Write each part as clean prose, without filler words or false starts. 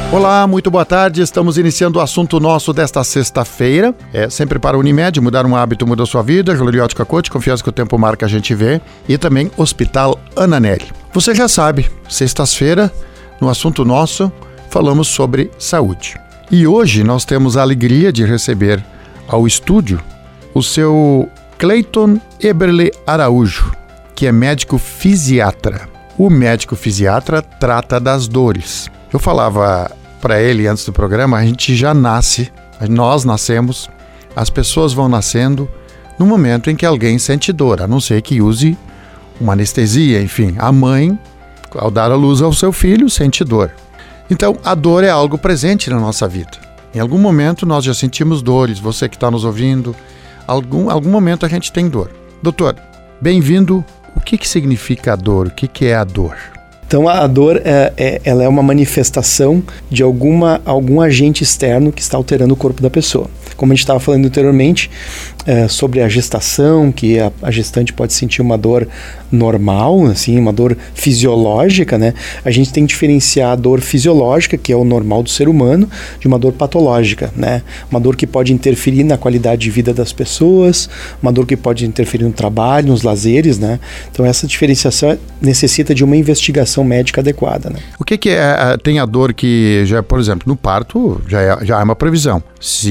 Olá, muito boa tarde. Estamos iniciando o assunto nosso desta sexta-feira. Sempre para a Unimed, mudar um hábito muda a sua vida. Joalheria Ótica Cote, confiança que o tempo marca, a gente vê. E também Hospital Ananelli. Você já sabe, sexta-feira, no assunto nosso, falamos sobre saúde. E hoje nós temos a alegria de receber ao estúdio o seu Cleiton Eberle Araújo, que é médico fisiatra. O médico fisiatra trata das dores. Eu falava para ele antes do programa, a gente já nasce, nós nascemos, as pessoas vão nascendo no momento em que alguém sente dor, a não ser que use uma anestesia, enfim. A mãe, ao dar à luz ao seu filho, sente dor. Então, a dor é algo presente na nossa vida. Em algum momento nós já sentimos dores, você que está nos ouvindo, algum momento a gente tem dor. Doutor, bem-vindo. O que significa a dor? O que é a dor? Então, a dor ela é uma manifestação de algum agente externo que está alterando o corpo da pessoa. Como a gente estava falando anteriormente, sobre a gestação, que a gestante pode sentir uma dor normal, assim, uma dor fisiológica, né? A gente tem que diferenciar a dor fisiológica, que é o normal do ser humano, de uma dor patológica, né? Uma dor que pode interferir na qualidade de vida das pessoas, uma dor que pode interferir no trabalho, nos lazeres, né? Então, essa diferenciação necessita de uma investigação médica adequada, né? O que é? Tem a dor que, já, por exemplo, no parto já é uma previsão.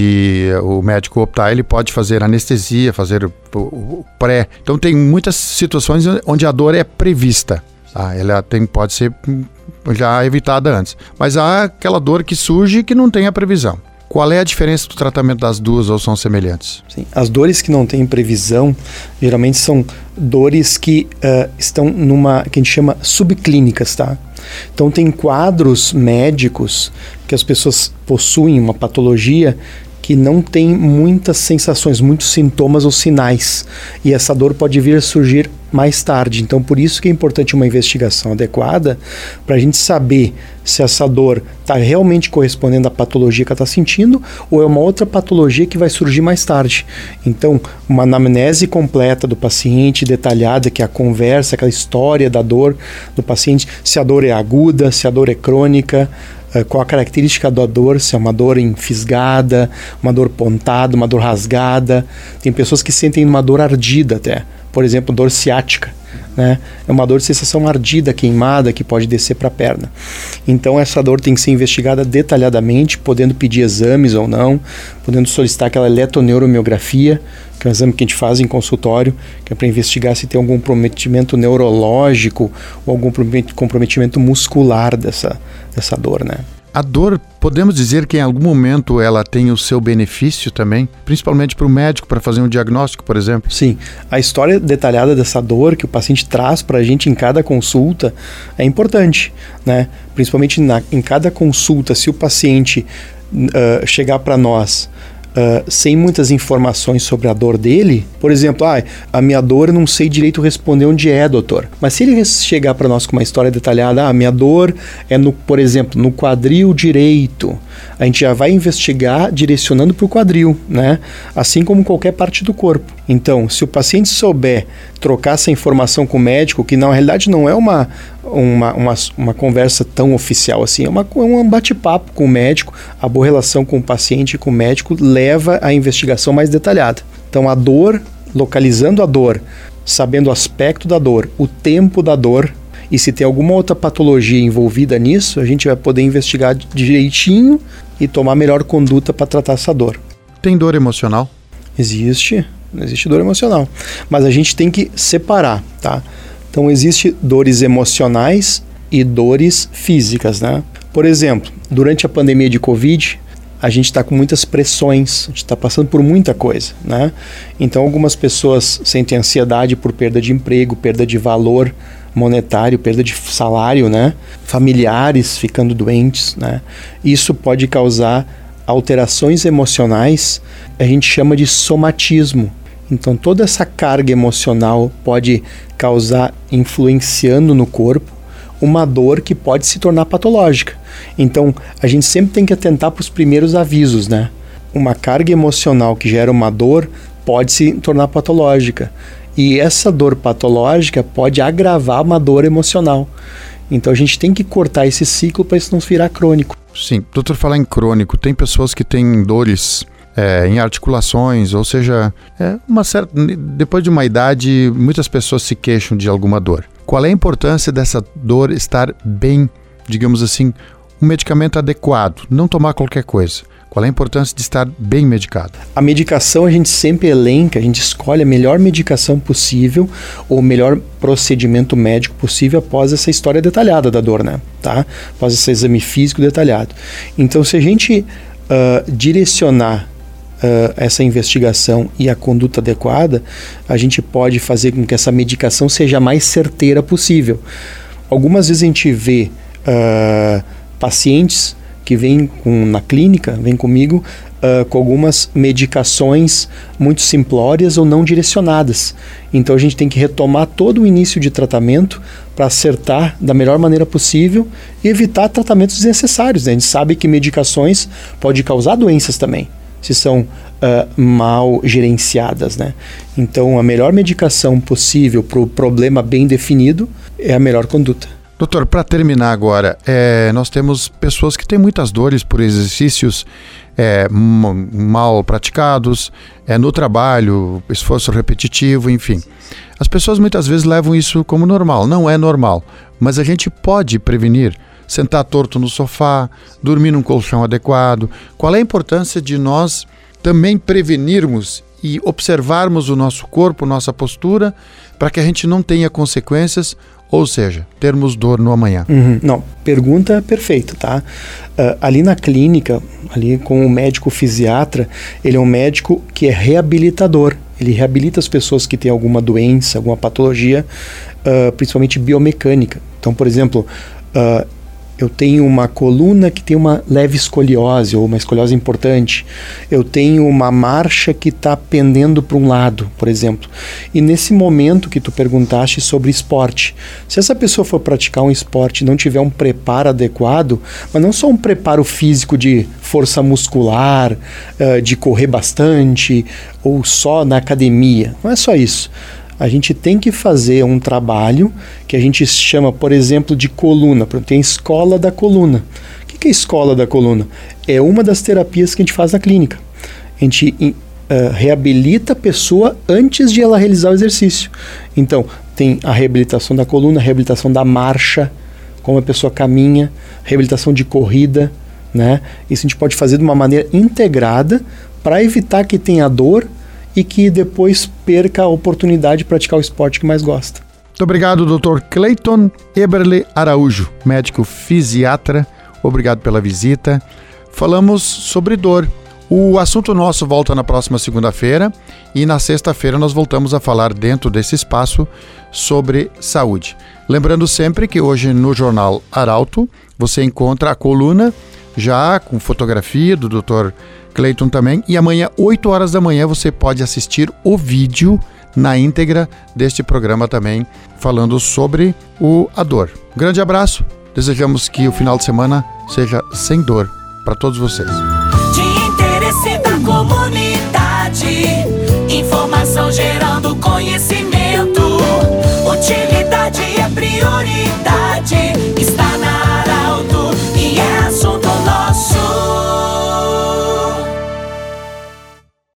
Se o médico optar, ele pode fazer anestesia, fazer o pré. Então tem muitas situações onde a dor é prevista. Ela pode ser já evitada antes. Mas há aquela dor que surge que não tem a previsão. Qual é a diferença do tratamento das duas ou são semelhantes? Sim, as dores que não têm previsão, geralmente são dores que estão que a gente chama subclínicas, tá? Então tem quadros médicos que as pessoas possuem uma patologia que não tem muitas sensações, muitos sintomas ou sinais. E essa dor pode vir a surgir mais tarde. Então, por isso que é importante uma investigação adequada para a gente saber se essa dor está realmente correspondendo à patologia que ela está sentindo ou é uma outra patologia que vai surgir mais tarde. Então, uma anamnese completa do paciente, detalhada, que é a conversa, aquela história da dor do paciente, se a dor é aguda, se a dor é crônica, qual a característica da dor, se é uma dor enfisgada, uma dor pontada, uma dor rasgada. Tem pessoas que sentem uma dor ardida até, por exemplo, dor ciática, né? É uma dor de sensação ardida, queimada, que pode descer para a perna. Então essa dor tem que ser investigada detalhadamente, podendo pedir exames ou não, podendo solicitar aquela eletoneuromiografia, que é um exame que a gente faz em consultório, que é para investigar se tem algum comprometimento neurológico ou algum comprometimento muscular dessa dor, né? A dor, podemos dizer que em algum momento ela tem o seu benefício também, principalmente para o médico, para fazer um diagnóstico, por exemplo? Sim, a história detalhada dessa dor que o paciente traz para a gente em cada consulta é importante, né? Principalmente em cada consulta, se o paciente chegar para nós sem muitas informações sobre a dor dele, por exemplo, a minha dor eu não sei direito responder onde é, doutor. Mas se ele chegar para nós com uma história detalhada, a minha dor é, por exemplo, no quadril direito, a gente já vai investigar direcionando para o quadril, né? Assim como qualquer parte do corpo. Então, se o paciente souber trocar essa informação com o médico, que na realidade não é uma conversa tão oficial assim, é um bate-papo com o médico, a boa relação com o paciente e com o médico leva à investigação mais detalhada. Então, a dor, localizando a dor, sabendo o aspecto da dor, o tempo da dor, e se tem alguma outra patologia envolvida nisso, a gente vai poder investigar direitinho e tomar a melhor conduta para tratar essa dor. Tem dor emocional? Existe dor emocional, mas a gente tem que separar, tá? Então, existe dores emocionais e dores físicas, né? Por exemplo, durante a pandemia de Covid, a gente está com muitas pressões, a gente está passando por muita coisa, né? Então, algumas pessoas sentem ansiedade por perda de emprego, perda de valor monetário, perda de salário, né? Familiares ficando doentes, né? Isso pode causar alterações emocionais, a gente chama de somatismo. Então, toda essa carga emocional pode causar, influenciando no corpo, uma dor que pode se tornar patológica. Então, a gente sempre tem que atentar para os primeiros avisos, né? Uma carga emocional que gera uma dor pode se tornar patológica. E essa dor patológica pode agravar uma dor emocional. Então, a gente tem que cortar esse ciclo para isso não virar crônico. Sim, doutor, falar em crônico, tem pessoas que têm dores em articulações, ou seja, depois de uma idade, muitas pessoas se queixam de alguma dor. Qual é a importância dessa dor estar bem, digamos assim, um medicamento adequado, não tomar qualquer coisa? Qual é a importância de estar bem medicado? A medicação a gente sempre elenca, a gente escolhe a melhor medicação possível ou o melhor procedimento médico possível após essa história detalhada da dor, né? Tá? Após esse exame físico detalhado. Então, se a gente direcionar essa investigação e a conduta adequada, a gente pode fazer com que essa medicação seja a mais certeira possível. Algumas vezes a gente vê pacientes que vêm na clínica, vêm comigo com algumas medicações muito simplórias ou não direcionadas. Então a gente tem que retomar todo o início de tratamento para acertar da melhor maneira possível e evitar tratamentos desnecessários, né? A gente sabe que medicações podem causar doenças também, se são mal gerenciadas, né? Então a melhor medicação possível para o problema bem definido é a melhor conduta. Doutor, para terminar agora, nós temos pessoas que têm muitas dores por exercícios mal praticados, no trabalho, esforço repetitivo, enfim. As pessoas muitas vezes levam isso como normal. Não é normal, mas a gente pode prevenir. Sentar torto no sofá, dormir num colchão adequado. Qual é a importância de nós também prevenirmos e observarmos o nosso corpo, nossa postura, para que a gente não tenha consequências, ou seja, termos dor no amanhã? Não, pergunta perfeita, tá? Ali na clínica, ali com o médico fisiatra, ele é um médico que é reabilitador. Ele reabilita as pessoas que têm alguma doença, alguma patologia, principalmente biomecânica. Então, por exemplo, eu tenho uma coluna que tem uma leve escoliose, ou uma escoliose importante. Eu tenho uma marcha que está pendendo para um lado, por exemplo. E nesse momento que tu perguntaste sobre esporte, se essa pessoa for praticar um esporte e não tiver um preparo adequado, mas não só um preparo físico de força muscular, de correr bastante, ou só na academia, não é só isso. A gente tem que fazer um trabalho que a gente chama, por exemplo, de coluna. Tem a escola da coluna. O que é a escola da coluna? É uma das terapias que a gente faz na clínica. A gente reabilita a pessoa antes de ela realizar o exercício. Então, tem a reabilitação da coluna, a reabilitação da marcha, como a pessoa caminha, reabilitação de corrida, né? Isso a gente pode fazer de uma maneira integrada para evitar que tenha dor e que depois perca a oportunidade de praticar o esporte que mais gosta. Muito obrigado, Dr. Cleiton Eberle Araújo, médico fisiatra. Obrigado pela visita. Falamos sobre dor. O assunto nosso volta na próxima segunda-feira e na sexta-feira nós voltamos a falar dentro desse espaço sobre saúde. Lembrando sempre que hoje no Jornal Arauto você encontra a coluna já com fotografia do Dr. Cleiton também, e amanhã, 8 horas da manhã, você pode assistir o vídeo na íntegra deste programa também, falando sobre a dor. Um grande abraço, desejamos que o final de semana seja sem dor para todos vocês. De interesse da comunidade, informação gerando conhecimento, utilidade é prioridade.